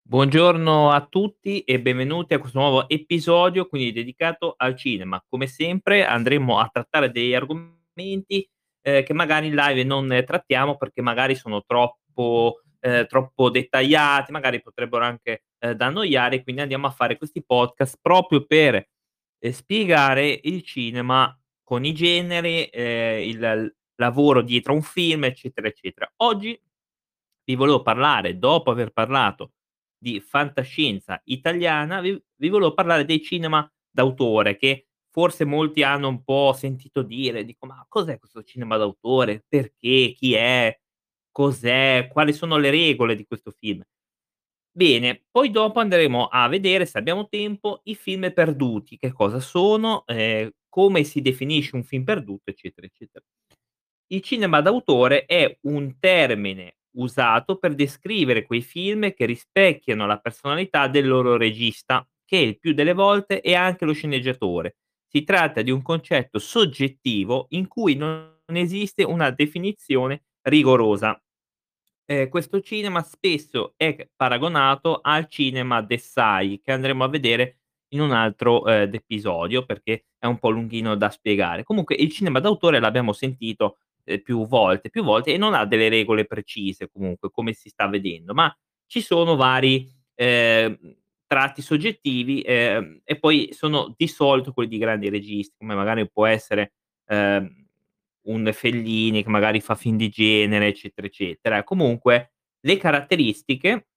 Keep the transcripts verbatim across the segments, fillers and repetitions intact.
Buongiorno a tutti e benvenuti a questo nuovo episodio, quindi dedicato al cinema. Come sempre andremo a trattare degli argomenti, ehm, che magari in live non eh, trattiamo perché magari sono troppo ehm, troppo dettagliati, magari potrebbero anche, ehm, da annoiare, quindi andiamo a fare questi podcast proprio per, ehm, spiegare il cinema con i generi, ehm, il l lavoro dietro a un film, eccetera, eccetera. Oggi vi volevo parlare, dopo aver parlato di fantascienza italiana, vi vi volevo parlare dei cinema d'autore, che forse molti hanno un po' sentito dire, dico: "Ma cos'è questo cinema d'autore? Perché? Chi è? Cos'è? Quali sono le regole di questo film?" Bene, poi dopo andremo a vedere, se abbiamo tempo, i film perduti, che cosa sono, ehm, come si definisce un film perduto, eccetera, eccetera. Il cinema d'autore è un termine usato per descrivere quei film che rispecchiano la personalità del loro regista, che il più delle volte è anche lo sceneggiatore. Si tratta di un concetto soggettivo in cui non esiste una definizione rigorosa. Ehm, questo cinema spesso è c paragonato al cinema d'essai, che andremo a vedere in un altro, ehm, d episodio, perché è un po' lunghino da spiegare. Comunque il cinema d'autore l'abbiamo sentito, ehm, più volte, più volte e non ha delle regole precise comunque, come si sta vedendo, ma ci sono vari, ehm, tratti soggettivi, ehm, e poi sono di solito quelli di grandi registi, come magari può essere, ehm un Fellini che magari fa film di genere, eccetera, eccetera. Comunque le caratteristiche,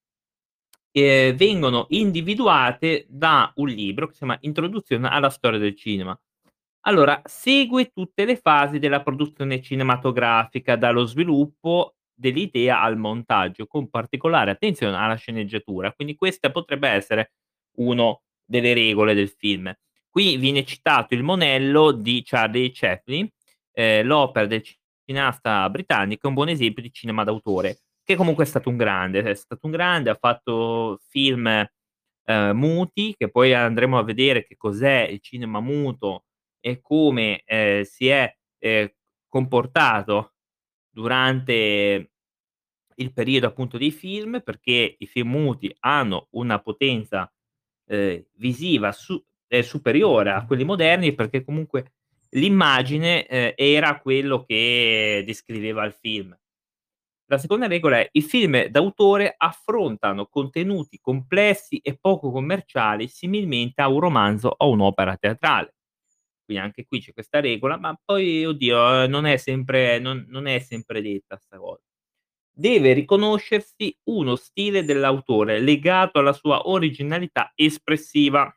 ehm, vengono individuate da un libro che si chiama "Introduzione alla storia del cinema". Allora, segue tutte le fasi della produzione cinematografica, dallo sviluppo dell'idea al montaggio, con particolare attenzione alla sceneggiatura. Quindi questa potrebbe essere uno delle regole del film. Qui viene citato il Monello di Charlie Chaplin, ehm, l'opera del cineasta britannico, è un buon esempio di cinema d'autore, che comunque è stato un grande, è stato un grande, ha fatto film, ehm, muti, che poi andremo a vedere che cos'è il cinema muto e come, ehm, si è, ehm, comportato durante il periodo appunto dei film, perché i film muti hanno una potenza, ehm, visiva su ehm, superiore a quelli moderni, perché comunque l'immagine, ehm, era quello che descriveva il film. La seconda regola è: i film d'autore affrontano contenuti complessi e poco commerciali, similmente a un romanzo o un'opera teatrale. Quindi anche qui c'è questa regola, ma poi oddio, ehm, non è sempre non non è sempre detta 'sta cosa. Deve riconoscersi uno stile dell'autore legato alla sua originalità espressiva.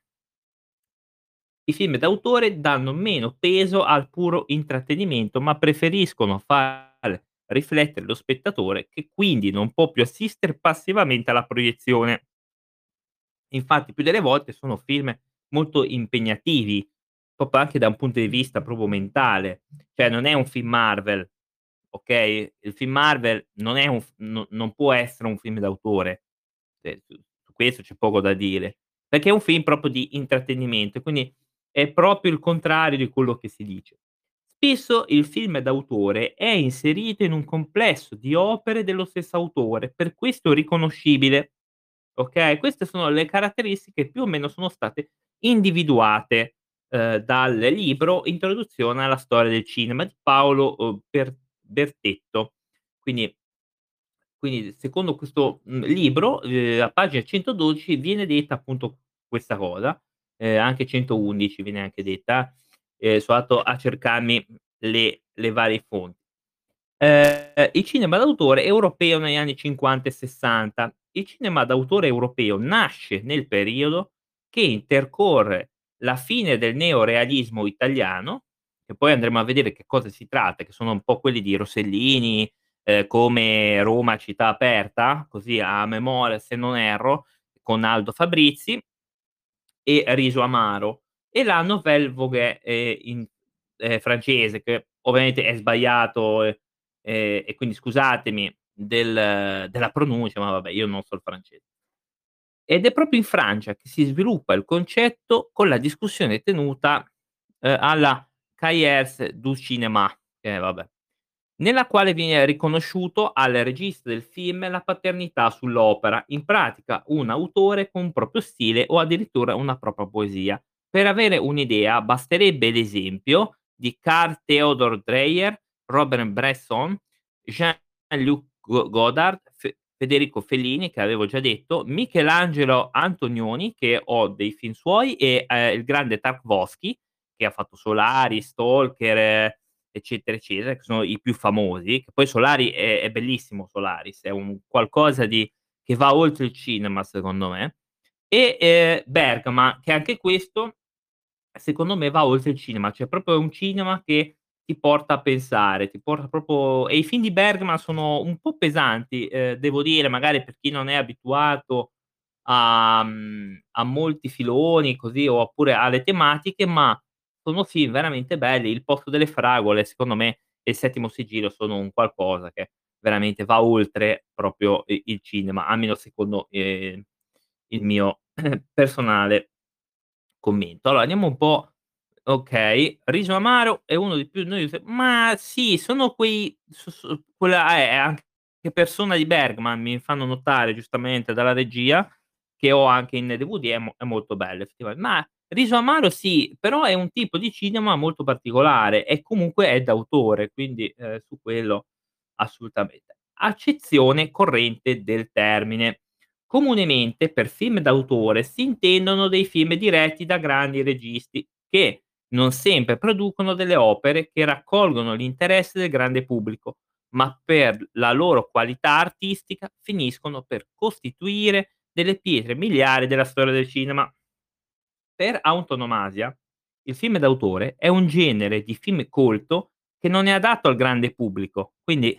I film d'autore danno meno peso al puro intrattenimento, ma preferiscono fare riflettere lo spettatore, che quindi non può più assistere passivamente alla proiezione. Infatti più delle volte sono film molto impegnativi, proprio anche da un punto di vista proprio mentale, cioè non è un film Marvel, okay, il film Marvel non è un f no non può essere un film d'autore, cioè su su questo c'è poco da dire, perché è un film proprio di intrattenimento e quindi è proprio il contrario di quello che si dice. Spesso il film d'autore è inserito in un complesso di opere dello stesso autore, per questo riconoscibile. Okay, queste sono le caratteristiche più o meno sono state individuate, ehm, dal libro "Introduzione alla storia del cinema" di Paolo, uhm, Ber Bertetto. Quindi quindi secondo questo, mhmm, libro, ehm, a pagina centododici viene detta appunto questa cosa, ehm, anche centoundici viene anche detta, ehm, sono andato a cercarmi le le varie fonti. Ehm, il cinema d'autore europeo negli anni 'cinquanta e 'sessanta. Il cinema d'autore europeo nasce nel periodo che intercorre la fine del neorealismo italiano, che poi andremo a vedere che cosa si tratta, che sono un po' quelli di Rossellini, ehm, come Roma città aperta, così a memoria se non erro, con Aldo Fabrizi e Riso Amaro, e la Nouvelle Vague, ehm, in ehm, francese, che ovviamente è sbagliato, e ehm, e quindi scusatemi del della pronuncia, ma vabbè io non so il francese. Ed è proprio in Francia che si sviluppa il concetto con la discussione tenuta, ehm, alla Cahiers du Cinéma, che vabbè. nella quale viene riconosciuto al regista del film la paternità sull'opera, in pratica un autore con un proprio stile o addirittura una propria poesia. Per avere un'idea basterebbe l'esempio di Carl Theodor Dreyer, Robert Bresson, Jean-Luc Go Godard, Fe Federico Fellini, che avevo già detto, Michelangelo Antonioni, che ho dei film suoi, e, ehm, il grande Tarkovsky, che ha fatto Solari, Stalker, eh, eccetera, eccetera, che sono i più famosi, che poi Solari è è bellissimo Solaris, è un qualcosa di che va oltre il cinema secondo me, e, ehm, Bergman, che anche questo secondo me va oltre il cinema, cioè proprio è un cinema che ti porta a pensare, ti porta proprio e i film di Bergman sono un po' pesanti, ehm, devo dire, magari per chi non è abituato a mhmm, a molti filoni così, o oppure alle tematiche, ma sono film veramente belli. Il posto delle fragole secondo me e Il settimo sigillo sono un qualcosa che veramente va oltre proprio i il cinema, almeno secondo, ehm, il mio personale commento. Allora andiamo un po'. Okay, Riso amaro è uno dei più noiosi, ma sì, sono quei so so quella è è anche persona di Bergman, mi fanno notare giustamente dalla regia, che ho anche in D V D, è mo è molto bello effettiva ma Riso amaro sì, però è un tipo di cinema molto particolare e comunque è d'autore, quindi, ehm, su quello assolutamente. Accezione corrente del termine. Comunemente per film d'autore si intendono dei film diretti da grandi registi che non sempre producono delle opere che raccolgono l'interesse del grande pubblico, ma per la loro qualità artistica finiscono per costituire delle pietre miliari della storia del cinema. Per antonomasia, il film d'autore è un genere di film colto che non è adatto al grande pubblico, quindi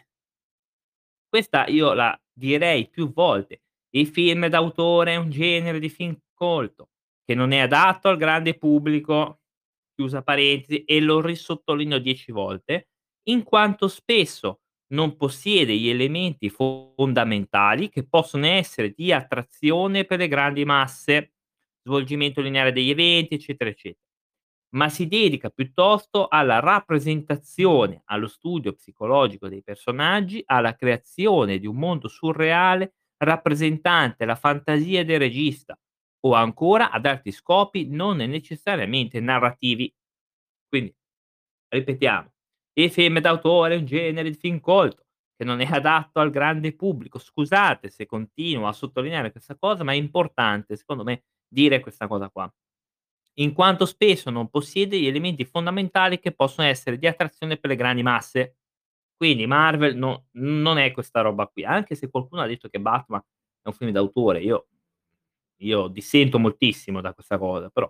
questa io la direi più volte. Il film d'autore è un genere di film colto, che non è adatto al grande pubblico, chiusa parentesi, e lo risottolineo dieci volte, in quanto spesso non possiede gli elementi fondamentali che possono essere di attrazione per le grandi masse, svolgimento lineare degli eventi, eccetera, eccetera, ma si dedica piuttosto alla rappresentazione, allo studio psicologico dei personaggi, alla creazione di un mondo surreale rappresentante la fantasia del regista o ancora ad altri scopi non necessariamente narrativi. Quindi, ripetiamo, il film d'autore è un genere di film colto che non è adatto al grande pubblico. Scusate se continuo a sottolineare questa cosa, ma è importante secondo me dire questa cosa qua, in quanto spesso non possiede gli elementi fondamentali che possono essere di attrazione per le grandi masse. Quindi Marvel no, non è questa roba qui, anche se qualcuno ha detto che Batman è un film d'autore, io io dissento moltissimo da questa cosa, però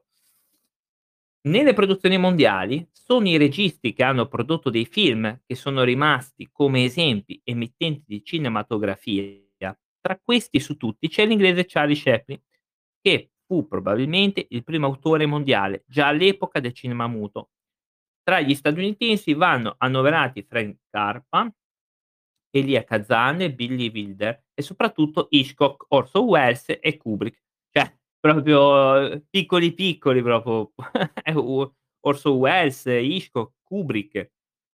nelle produzioni mondiali sono i registi che hanno prodotto dei film che sono rimasti come esempi emittenti di cinematografia. Tra questi su tutti c'è l'inglese Charlie Chaplin, che fu probabilmente il primo autore mondiale, già all'epoca del cinema muto. Tra gli statunitensi vanno annoverati Frank Capra, Elia Kazan, Billy Wilder e soprattutto Hitchcock, Orson Welles e Kubrick. Cioè proprio eh, piccoli, piccoli proprio eh, u Orson Welles, Hitchcock, Kubrick.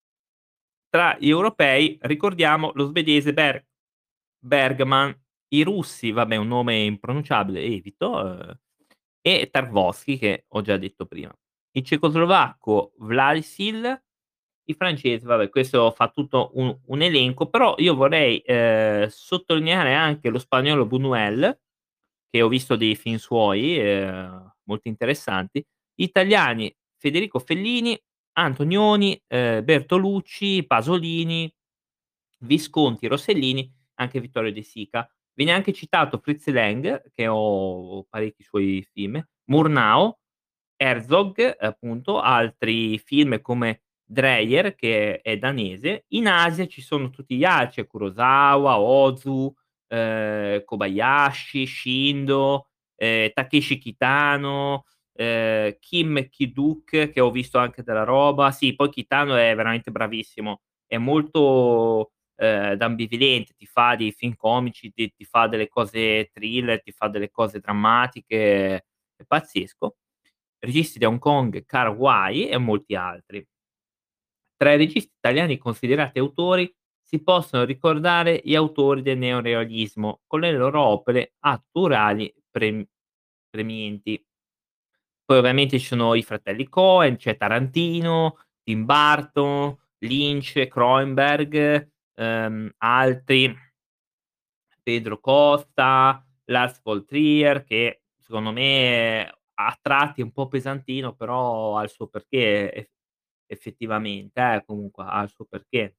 Tra gli europei ricordiamo lo svedese Ber Bergman, i russi, vabbè un nome impronunciabile, evito, uhm, e Tarkovsky che ho già detto prima. Il cecoslovacco Vlaisil, i francesi, vabbè questo fa tutto un un elenco, però io vorrei, ehm, sottolineare anche lo spagnolo Buñuel, che ho visto dei film suoi, ehm, molto interessanti. Italiani Federico Fellini, Antonioni, ehm, Bertolucci, Pasolini, Visconti, Rossellini, anche Vittorio De Sica. Viene anche citato Fritz Lang, che ho parecchi suoi film, Murnau, Herzog, appunto, altri film come Dreyer, che è danese. In Asia ci sono tutti gli altri, Kurosawa, Ozu, ehm, Kobayashi, Shindo, ehm, Takeshi Kitano, ehm, Kim Ki-duk, che ho visto anche della roba. Sì, poi Kitano è veramente bravissimo, è molto, ehm, d'ambivalente, ti fa dei film comici, ti ti fa delle cose thriller, ti fa delle cose drammatiche, è pazzesco. Registi da Hong Kong, Carl Wai e molti altri. Tra i registi italiani considerati autori si possono ricordare gli autori del neorealismo, con le loro opere atturali prem premienti. Poi ovviamente ci sono i fratelli Coen, c'è Tarantino, Tim Burton, Lynch, Cronenberg, ehm, altri, Pedro Costa, Lars von Trier, che secondo me a tratti è un po' pesantino, però ha il suo perché eff effettivamente, eh, comunque ha il suo perché.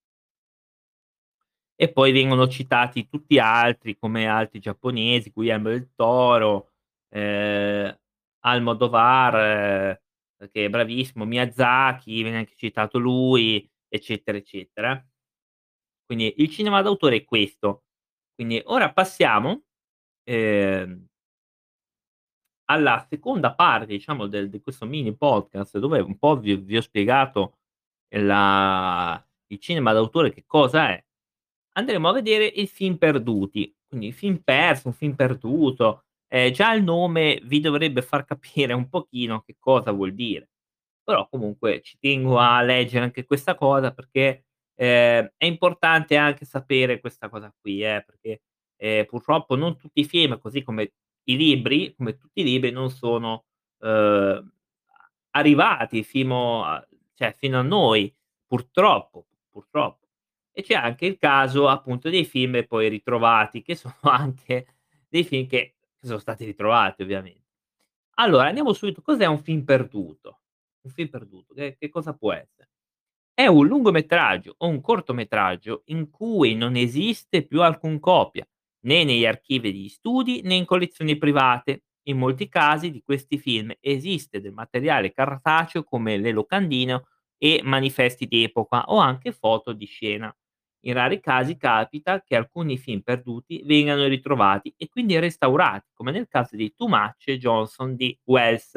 E poi vengono citati tutti altri, come altri giapponesi, Guillermo del Toro, ehm, Almodovar, ehm, che è bravissimo, Miyazaki, viene anche citato lui, eccetera, eccetera. Quindi il cinema d'autore è questo. Quindi ora passiamo, ehm, alla seconda parte diciamo del di questo mini podcast dove un po' vi vi ho spiegato la il cinema d'autore che cosa è. Andremo a vedere i film perduti, quindi film perso, un film perduto, ehm, già il nome vi dovrebbe far capire un pochino che cosa vuol dire. Però comunque ci tengo a leggere anche questa cosa perché, ehm, è importante anche sapere questa cosa qui, eh, perché, ehm, purtroppo non tutti i film, così come i libri, come tutti i libri non sono, uhm, arrivati fimo a cioè fino a noi, purtroppo, purtroppo. E c'è anche il caso appunto dei film poi ritrovati, che sono anche dei film che che sono stati ritrovati ovviamente. Allora andiamo subito, cos'è un film perduto? Un film perduto, che che cosa può essere? È un lungometraggio o un cortometraggio in cui non esiste più alcun copia, né negli archivi degli studi né in collezioni private. In molti casi di questi film esiste del materiale cartaceo come le locandine e manifesti d'epoca o anche foto di scena. In rari casi capita che alcuni film perduti vengano ritrovati e quindi restaurati, come nel caso di Too Much e Johnson di Wells.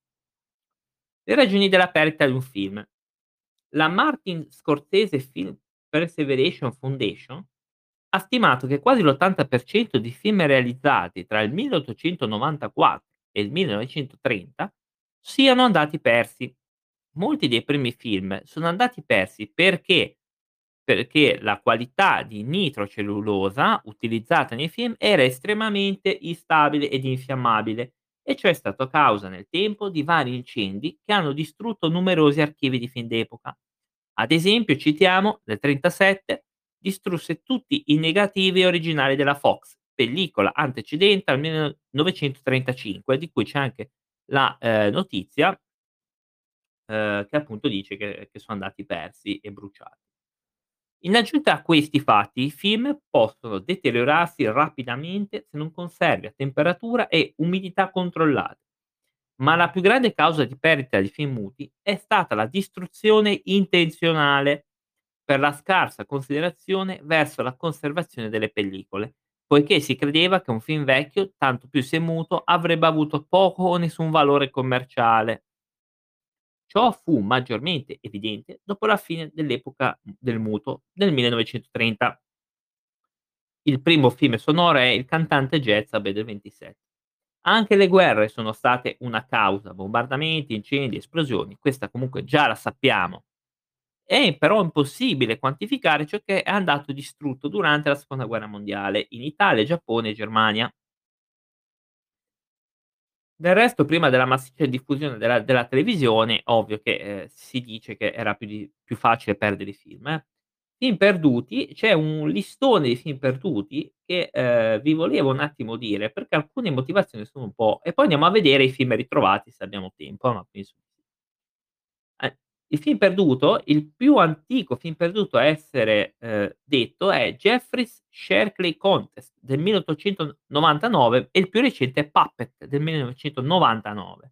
Le ragioni della perdita di un film. La Martin Scorsese Film Preservation Foundation ha stimato che quasi l'ottanta per cento di film realizzati tra il milleottocentonovantaquattro e il millenovecentotrenta siano andati persi. Molti dei primi film sono andati persi perché perché la qualità di nitrocellulosa utilizzata nei film era estremamente instabile ed infiammabile e ciò è stato a causa nel tempo di vari incendi che hanno distrutto numerosi archivi di film d'epoca. Ad esempio, citiamo, nel trentasette distrusse tutti i negativi originali della Fox, pellicola antecedente al millenovecentotrentacinque, di cui c'è anche la, ehm, notizia, ehm, che appunto dice che che sono andati persi e bruciati. In aggiunta a questi fatti, i film possono deteriorarsi rapidamente se non conservi a temperatura e umidità controllate. Ma la più grande causa di perdita di film muti è stata la distruzione intenzionale per la scarsa considerazione verso la conservazione delle pellicole, poiché si credeva che un film vecchio, tanto più se muto, avrebbe avuto poco o nessun valore commerciale. Ciò fu maggiormente evidente dopo la fine dell'epoca del muto nel millenovecentotrenta. Il primo film sonoro è Il cantante jazz a Bene ventisette. Anche le guerre sono state una causa, bombardamenti, incendi, esplosioni, questa comunque già la sappiamo. È però impossibile quantificare ciò che è andato distrutto durante la seconda guerra mondiale in Italia, Giappone e Germania. Del resto prima della massiccia diffusione della della televisione, ovvio che, ehm, si dice che era più di più facile perdere i film, eh. Film perduti, c'è un listone di film perduti che, ehm, vi volevo un attimo dire, perché alcune motivazioni sono un po' e poi andiamo a vedere i film ritrovati se abbiamo tempo, ma penso di sì. Eh, il film perduto, il più antico film perduto a essere, ehm, detto è Jeffrey's Shirley Contest del milleottocentonovantanove e il più recente è Puppet del millenovecentonovantanove.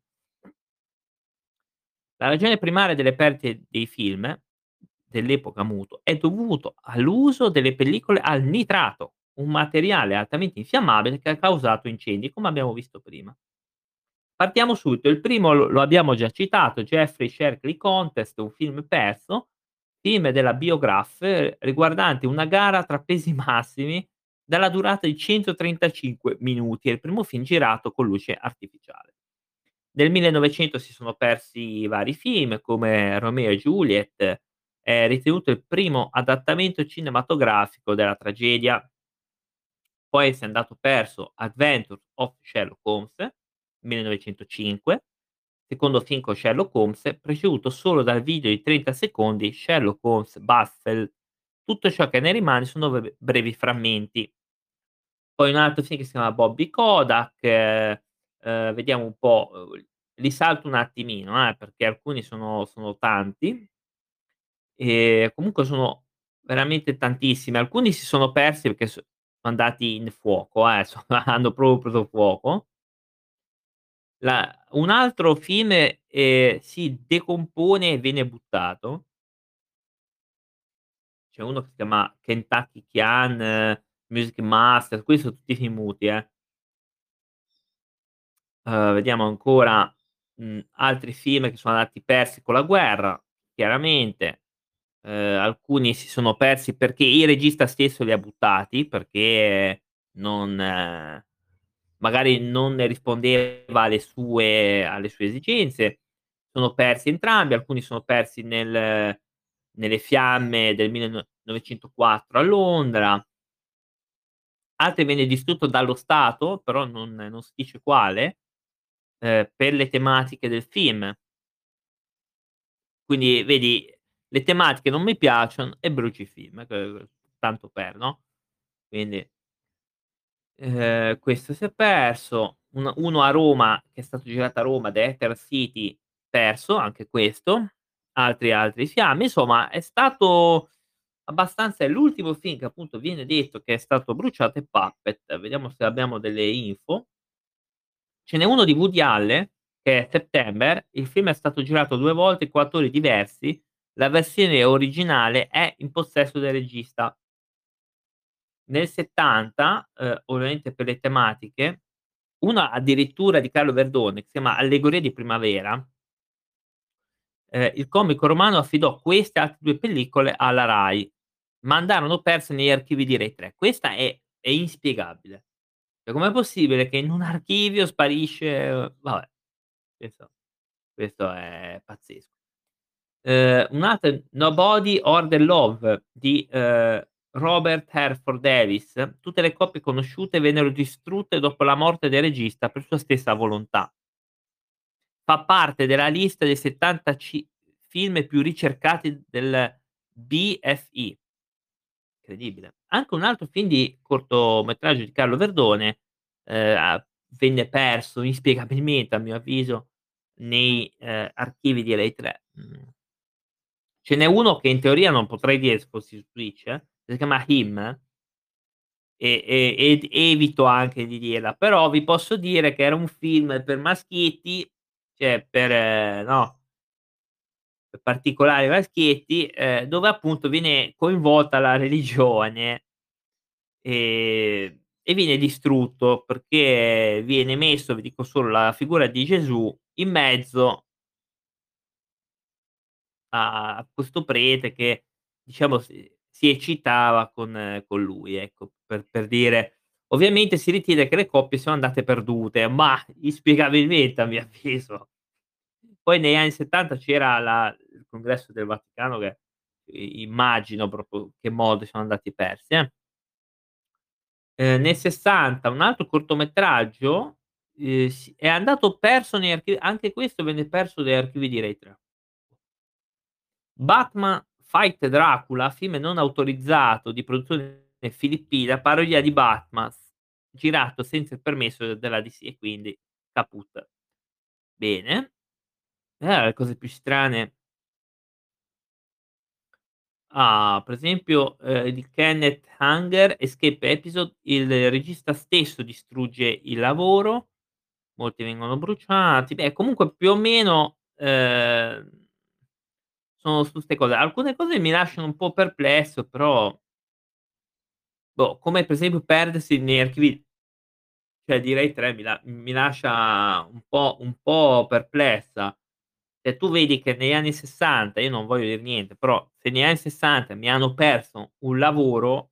La ragione primaria delle perdite dei film dell'epoca muto è dovuto all'uso delle pellicole al nitrato, un materiale altamente infiammabile che ha causato incendi, come abbiamo visto prima. Partiamo subito, il primo lo lo abbiamo già citato, Jeffrey Shirley Contest, un film perso, film della Biograph eh, riguardante una gara tra pesi massimi dalla durata di centotrentacinque minuti, è il primo film girato con luce artificiale. Nel millenovecento si sono persi vari film come Romeo e Juliet, è ritenuto il primo adattamento cinematografico della tragedia. Poi si è andato perso Adventures of Sherlock Holmes, millenovecentocinque, secondo film con Sherlock Holmes, preceduto solo dal video di trenta secondi Sherlock Holmes Bastel. Tutto ciò che ne rimane sono breve brevi frammenti. Poi un altro film che si chiama Bobby Kodak, ehm, ehm, vediamo un po', uhm, li salto un attimino, eh, perché alcuni sono sono tanti. Ehm, comunque sono veramente tantissimi. Alcuni si sono persi perché so andati in fuoco, eh, insomma hanno proprio preso fuoco. La un altro film, ehm, si decompone e viene buttato. C'è uno che si chiama Kentucky Kyan, eh, Music Master, questi so tutti film muti, eh. Uhm, vediamo ancora, mhmm, altri film che sono andati persi con la guerra, chiaramente. Ehm, alcuni si sono persi perché il regista stesso li ha buttati, perché non eh, magari non rispondeva alle sue alle sue esigenze. Sono persi entrambi, alcuni sono persi nel nelle fiamme del millenovecentoquattro a Londra, altri venne distrutto dallo Stato, però non non si dice quale, ehm, per le tematiche del film. Quindi vedi, le tematiche non mi piacciono e bruci i film, che tanto per, no, quindi, ehm, questo si è perso. Un uno a Roma, che è stato girato a Roma, The Ether City, perso anche questo. Altri altri fiamme, insomma è stato abbastanza. E l'ultimo film che appunto viene detto che è stato bruciato è Puppet. Vediamo se abbiamo delle info. Ce n'è uno di Woody Allen, che è September, il film è stato girato due volte con attori diversi, la versione originale è in possesso del regista. Nel 'settanta, uhm, ovviamente per le tematiche, una addirittura di Carlo Verdone, che si chiama Allegoria di primavera, ehm, il comico romano affidò queste e altre due pellicole alla Rai, ma andarono perse negli archivi di Rai tre. Questa è è inspiegabile. Cioè com'è possibile che in un archivio sparisce uhm, vabbè, questo questo è pazzesco. Ehm, un'altra è Nobody Ordered Love di, ehm, Robert Herford Davis. Tutte le copie conosciute vennero distrutte dopo la morte del regista per sua stessa volontà. Fa parte della lista dei settanta ci film più ricercati del B F I. Incredibile. Anche un altro film di cortometraggio di Carlo Verdone, ehm, a venne perso inspiegabilmente, a mio avviso, nei, ehm, archivi di Rai tre. Mhmm, Ce n'è uno che in teoria non potrei dire se fossi su Twitch, eh, si chiama Him, e e ed evito anche di dirla, però vi posso dire che era un film per maschietti, cioè per eh, no, per particolari maschietti, ehm, dove appunto viene coinvolta la religione. Ehm, e viene distrutto perché viene messo, vi dico solo la figura di Gesù, in mezzo a a questo prete che diciamo si si eccitava con con lui, ecco, per per dire. Ovviamente si ritiene che le coppie siano andate perdute, ma inspiegabilmente a mio avviso. Poi negli anni 'settanta c'era la il congresso del Vaticano che i immagino proprio che modo siano andati persi, eh. Ehm, nel 'sessanta un altro cortometraggio, ehm, si è andato perso negli archivi, anche questo venne perso dagli archivi di Rai tre. Batman Fight Dracula, film non autorizzato di produzione filippina, parodia di Batman, s girato senza il permesso della D C e quindi caput. Bene. Eh, le cose più strane, ah, per esempio, ehm, di Kenneth Anger, Escape Episode, il regista stesso distrugge il lavoro. Molti vengono bruciati. Beh, comunque più o meno, ehm, sono su 'ste cose. Alcune cose mi lasciano un po' perplesso, però boh, come per esempio perdersi negli archivi, cioè di Rai tre mi la mi lascia un po' un po' perplessa. Cioè tu vedi che negli anni 'sessanta, io non voglio dir niente, però se negli anni 'sessanta mi hanno perso un lavoro,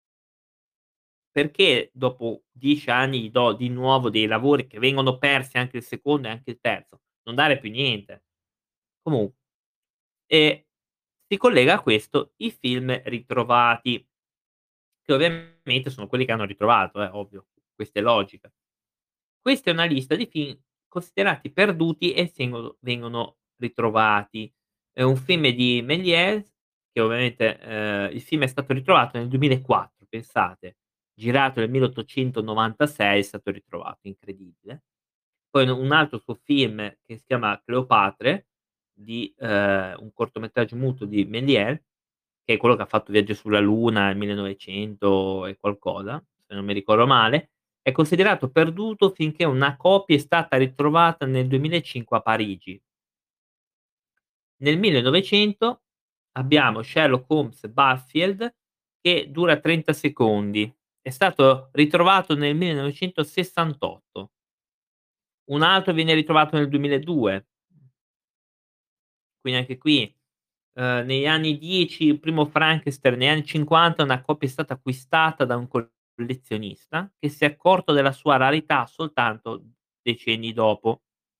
perché dopo dieci anni gli do di nuovo dei lavori che vengono persi anche il secondo e anche il terzo? Non dare più niente. Comun e si collega a questo i film ritrovati, che ovviamente sono quelli che hanno ritrovato, eh, ovvio, questa è logica. Questa è una lista di film considerati perduti e sengono vengono ritrovati. È un film di Méliès che ovviamente, ehm, il film è stato ritrovato nel duemilaquattro, pensate, girato nel milleottocentonovantasei, è stato ritrovato, incredibile. Poi un un altro suo film che si chiama Cleopatre di ehm, un cortometraggio muto di Méliès, che è quello che ha fatto Viaggio sulla Luna nel millenovecento e qualcosa, se non mi ricordo male, è considerato perduto finché una copia è stata ritrovata nel duemilacinque a Parigi. Nel millenovecento abbiamo Sherlock Holmes Barfield che dura trenta secondi. È stato ritrovato nel millenovecentosessantotto. Un altro viene ritrovato nel duemiladue. Quindi anche qui, ehm, negli anni 'dieci il primo Frankenstein, negli anni 'cinquanta una copia è stata acquistata da un collezionista che si è accorto della sua rarità soltanto decenni dopo.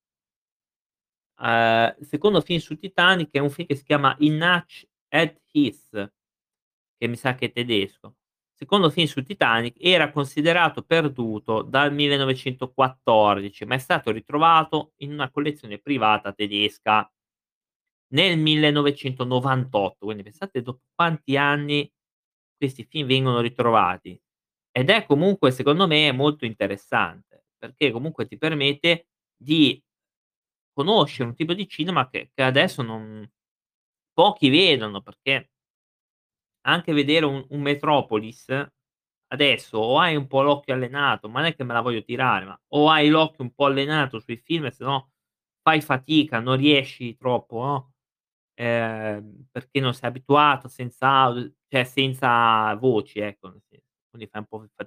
Ehm, il secondo film su Titanic è un film che si chiama In Natch at Heath, che mi sa che è tedesco. Secondo film su Titanic era considerato perduto dal millenovecentoquattordici, ma è stato ritrovato in una collezione privata tedesca nel millenovecentonovantotto, quindi pensate dopo quanti anni questi film vengono ritrovati. Ed è comunque secondo me molto interessante, perché comunque ti permette di conoscere un tipo di cinema che che adesso non pochi vedono, perché anche vedere un un Metropolis adesso o hai un po' l'occhio allenato, ma non è che me la voglio tirare, ma o hai l'occhio un po' allenato sui film, se no fai fatica, non riesci troppo, no, ehm, perché non sei abituato senza au cioè senza voci, ecco, nel senso, quindi fai un po' fatica.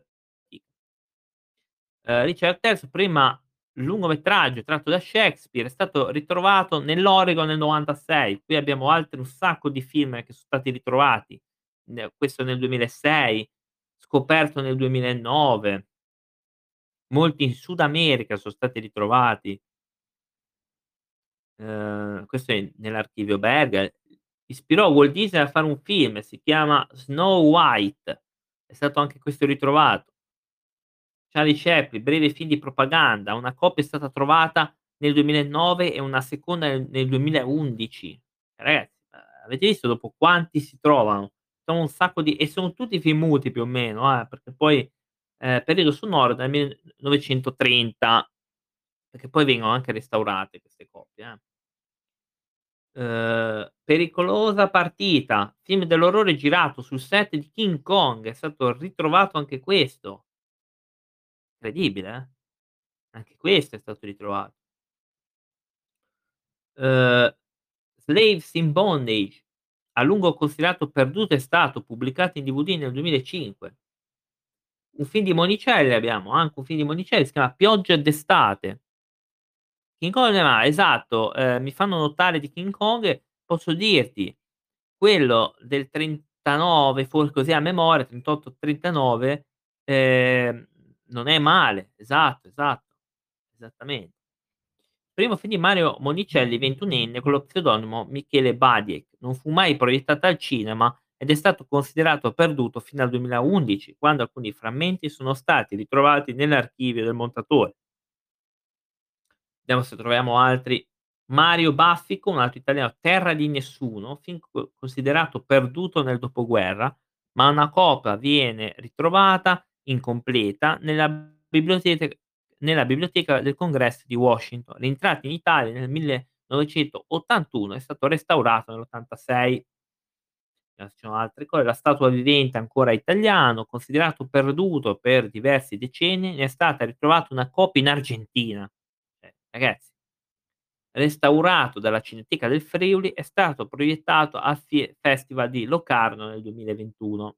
Ehm, Richard Terzo prima lungometraggio tratto da Shakespeare, è stato ritrovato nell'Oregon nel 'novantasei. Qui abbiamo altri un sacco di film che so stati ritrovati, ne questo nel duemilasei, scoperto nel duemilanove, molti in Sud America so stati ritrovati. Ehm, questo è nell'archivio Berger. Ispirò Walt Disney a fare un film, si chiama Snow White, è stato anche questo ritrovato. Charlie Chaplin, breve film di propaganda, una copia è stata trovata nel duemilanove e una seconda nel nel duemilaundici. Ragazzi, ma avete visto dopo quanti si trovano? Sono un sacco di e sono tutti film muti più o meno, eh, perché poi, ehm, periodo sonoro dal millenovecentotrenta, perché poi vengono anche restaurate queste copie, eh. Uhm, Pericolosa partita, film dell'orrore girato sul set di King Kong, è stato ritrovato anche questo. Incredibile, eh? Anche questo è stato ritrovato. Uhm, Slaves in Bondage, a lungo considerato perduto, è stato pubblicato in D V D nel duemilacinque. Un film di Monicelli abbiamo, anche un film di Monicelli, si chiama Pioggia d'estate. King Kong non è male, esatto, ehm, mi fanno notare di King Kong, posso dirti quello del trentanove, for così a memoria, trentotto, trentanove, ehm, non è male, esatto, esatto, esattamente. Primo film di Mario Monicelli, ventunenne, con lo pseudonimo Michele Badiek. Non fu mai proiettata al cinema ed è stato considerato perduto fino al duemilaundici, quando alcuni frammenti sono stati ritrovati nell'archivio del montatore. Vediamo se troviamo altri. Mario Baffico, un altro italiano, Terra di nessuno, film co considerato perduto nel dopoguerra, ma una copia viene ritrovata incompleta nella bibliotete nella biblioteca del Congresso di Washington. Rientrato in Italia nel millenovecentottantuno, è stato restaurato nell'ottantasei. Eh, ci sono altre cose, la statua vivente ancora italiano, considerato perduto per diversi decenni, ne è stata ritrovata una copia in Argentina. Cioè, ragazzi, restaurato dalla Cineteca del Friuli, è stato proiettato al fie Festival di Locarno nel duemilaventuno.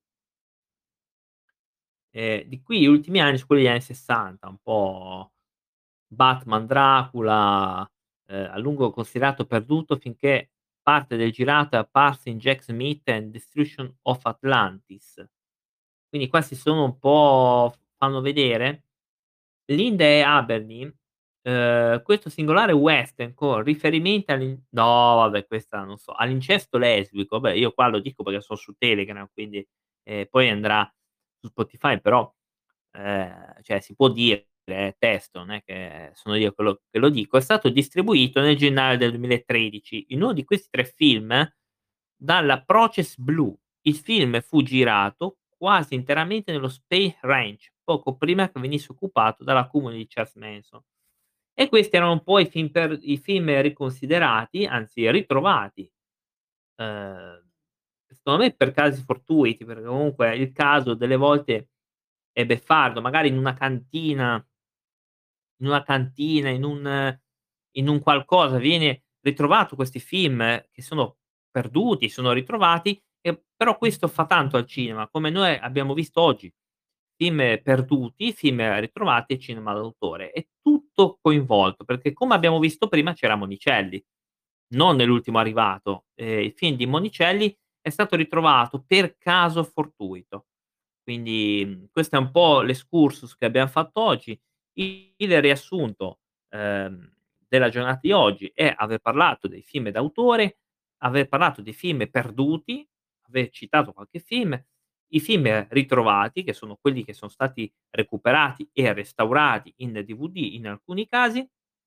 Ehm, di qui gli ultimi anni, su quelli degli anni 'sessanta, un po' Batman, Dracula, ehm, a lungo considerato perduto finché parte del girato è apparsa in Jack Smith and Destruction of Atlantis. Quindi qua si sono un po' fanno vedere Linda e Aberney, Ehm, questo singolare western con riferimenti all'in no vabbè questa non so, all'incesto lesbico, vabbè io qua lo dico perché son su Telegram, quindi, ehm, poi andrà su Spotify, però, ehm, cioè si può dire, è testo, non è che sono io che lo che lo dico, è stato distribuito nel gennaio del duemilatredici. In uno di questi tre film, dalla Process Blue. Il film fu girato quasi interamente nello Spey Ranch, poco prima che venisse occupato dalla cumula di Charles Manson. E questi erano un po' i film per i film riconsiderati, anzi ritrovati, ehm, secondo me per casi fortuiti, perché comunque il caso delle volte è beffardo, magari in una cantina in una cantina, in un in un qualcosa viene ritrovato questi film eh, che sono perduti, sono ritrovati, e però questo fa tanto al cinema, come noi abbiamo visto oggi. Film perduti, film ritrovati e cinema d'autore. È tutto coinvolto, perché come abbiamo visto prima c'era Monicelli, non nell'ultimo arrivato. Ehm, il film di Monicelli è stato ritrovato per caso fortuito. Quindi, mhmm, questo è un po' l'excursus che abbiam fatto oggi. I il riassunto, ehm, della giornata di oggi è aver parlato dei film d'autore, aver parlato dei film perduti, aver citato qualche film, i film ritrovati, che sono quelli che son stati recuperati e restaurati in D V D in alcuni casi.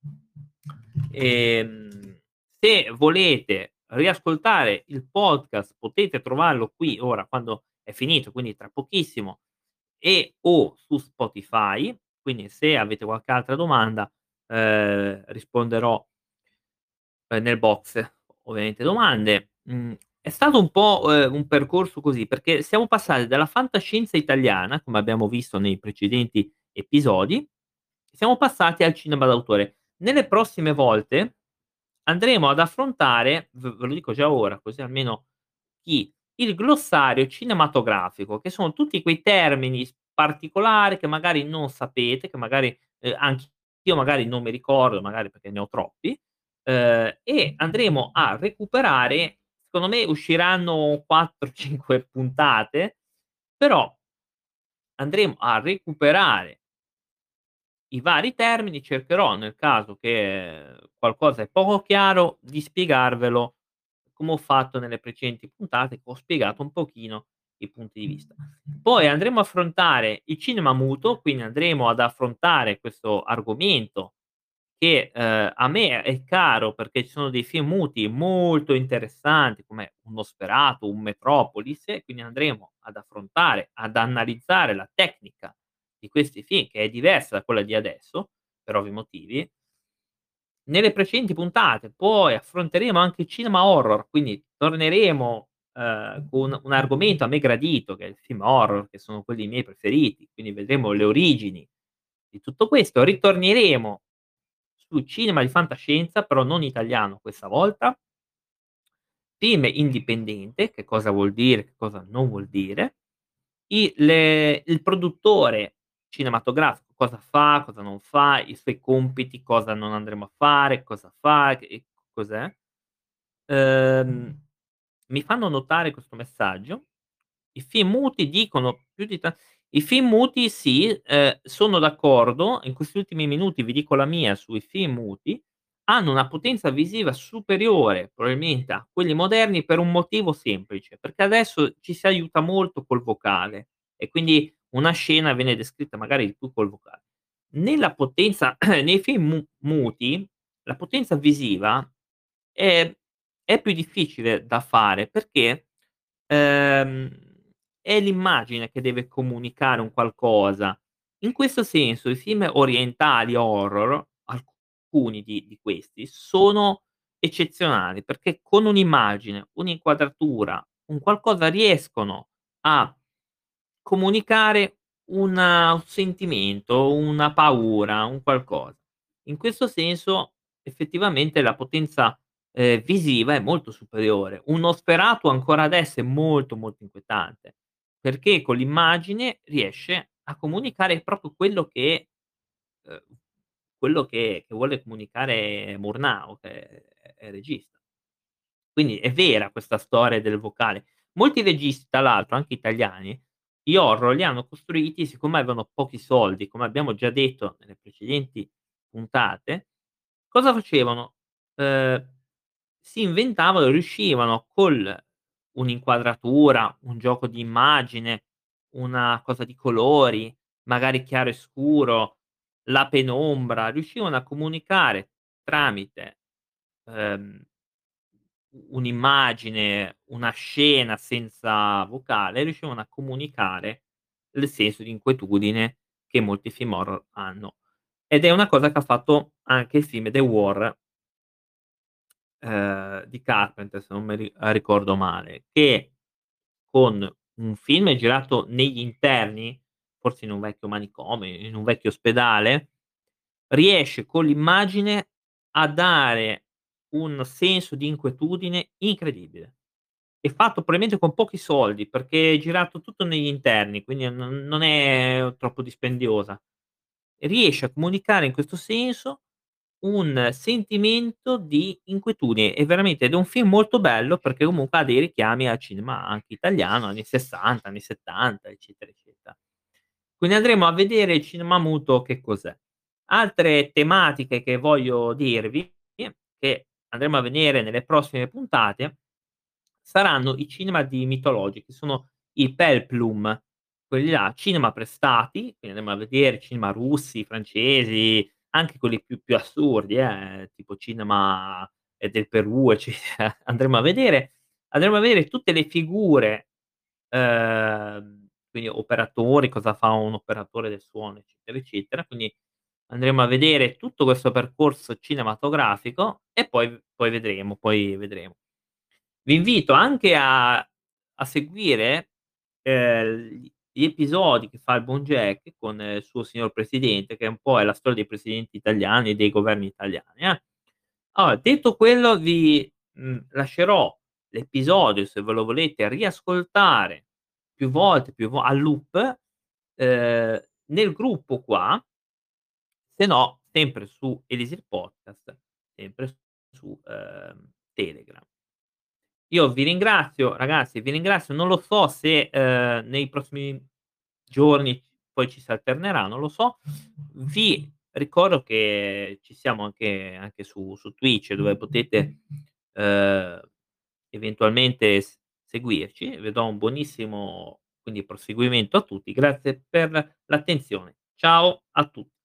Ehm, Se volete riascoltare il podcast potete trovarlo qui ora quando è finito, quindi tra pochissimo, e o su Spotify. Quindi se avete qualche altra domanda, ehm, risponderò, ehm, nel box ovviamente domande. Mhmm, è stato un po', ehm, un percorso così, perché siamo passati dalla fantascienza italiana, come abbiamo visto nei precedenti episodi, siamo passati al cinema d'autore. Nelle prossime volte andremo ad affrontare, v ve lo dico già ora, così almeno chi il glossario cinematografico, che sono tutti quei termini s particolari che magari non sapete, che magari, ehm, anch'io magari non mi ricordo, magari perché ne ho troppi, ehm, e andremo a recuperare, secondo me usciranno quattro, cinque puntate, però andremo a recuperare i vari termini, cercherò, nel caso che qualcosa è poco chiaro, di spiegarvelo come ho fatto nelle precedenti puntate, che ho spiegato un pochino i punti di vista. Poi andremo a affrontare il cinema muto, quindi andremo ad affrontare questo argomento che, ehm, a me è caro perché ci sono dei film muti molto interessanti come un Nosferatu, un Metropolis, e quindi andremo ad affrontare, ad analizzare la tecnica di questi film, che è diversa da quella di adesso, per ovvi motivi. Nelle precedenti puntate poi affronteremo anche il cinema horror, quindi torneremo, ehm, con un argomento a me gradito, che è il film horror, che sono quelli miei preferiti, quindi vedremo le origini di tutto questo. Ritorneremo sul cinema di fantascienza, però non italiano questa volta, film indipendente, che cosa vuol dire, che cosa non vuol dire, i le il produttore cinematografico cosa fa, cosa non fa, i suoi compiti, cosa non andremo a fare, cosa fa e cos'è. Ehm, Mi fanno notare questo messaggio: i film muti dicono più di ta i film muti sì, ehm, sono d'accordo. In questi ultimi minuti vi dico la mia sui film muti, hanno una potenza visiva superiore probabilmente a quelli moderni per un motivo semplice, perché adesso ci si aiuta molto col vocale e quindi una scena viene descritta magari di più col vocale. Nella potenza nei film mu muti, la potenza visiva è è più difficile da fare perché, ehm, è l'immagine che deve comunicare un qualcosa. In questo senso i film orientali horror, alcuni di di questi, sono eccezionali, perché con un'immagine, un'inquadratura, un qualcosa riescono a comunicare una un sentimento, una paura, un qualcosa. In questo senso effettivamente la potenza, ehm, visiva è molto superiore. Un Nosferatu ancora adesso è molto, molto inquietante, perché con l'immagine riesce a comunicare proprio quello che uhm, quello che che vuole comunicare Murnau, che è è il regista. Quindi è vera questa storia del vocale. Molti registi, tra l'altro anche italiani, gli horror li hanno costruiti siccome avevano pochi soldi, come abbiamo già detto nelle precedenti puntate, cosa facevano? Ehm, si inventavano riuscivano col un'inquadratura, un gioco di immagine, una cosa di colori, magari chiaro e scuro, la penombra, riuscivano a comunicare tramite, ehm, u un'immagine, una scena senza vocale, riuscivano a comunicare il senso di inquietudine che molti film horror hanno. Ed è una cosa che ha fatto anche il film The War ehm, di Carpenter, se non mi ri a ricordo male, che con un film girato negli interni, forse in un vecchio manicomio, in un vecchio ospedale, riesce con l'immagine a dare un senso di inquietudine incredibile. E fatto probabilmente con pochi soldi, perché è girato tutto negli interni, quindi non non è troppo dispendiosa. Riesce a comunicare in questo senso un sentimento di inquietudine e veramente ed è un film molto bello perché comunque ha dei richiami al cinema anche italiano, anni 'sessanta, anni 'settanta, eccetera, eccetera. Quindi andremo a vedere il cinema muto che cos'è. Altre tematiche che voglio dirvi, che andremo a vedere nelle prossime puntate, saranno i cinema di mitologici, che sono i Peplum, quelli là, cinema prestati, quindi andremo a vedere cinema russi, francesi, anche quelli più più assurdi eh, tipo cinema, ehm, del Perù, eccetera. Andremo a vedere andremo a vedere tutte le figure, ehm, quindi operatori, cosa fa un operatore del suono, eccetera, eccetera. Quindi andremo a vedere tutto questo percorso cinematografico e poi poi vedremo, poi vedremo. Vi invito anche a a seguire, ehm, gli gli episodi che fa il buon Jack con il suo signor presidente, che un po' è la storia dei presidenti italiani e dei governi italiani, eh. Allora, detto quello vi, mhmm, lascerò l'episodio, se ve lo volete riascoltare più volte, più vo a loop, ehm, nel gruppo qua, se no sempre su Elisir Podcast, sempre su, ehm, Telegram. Io vi ringrazio ragazzi, vi ringrazio. Non lo so se, ehm, nei prossimi giorni poi ci si alternerà, non lo so. Vi ricordo che ci siamo anche anche su su Twitch dove potete, ehm, eventualmente s seguirci. Vi do un buonissimo quindi proseguimento a tutti. Grazie per l'attenzione. Ciao a tu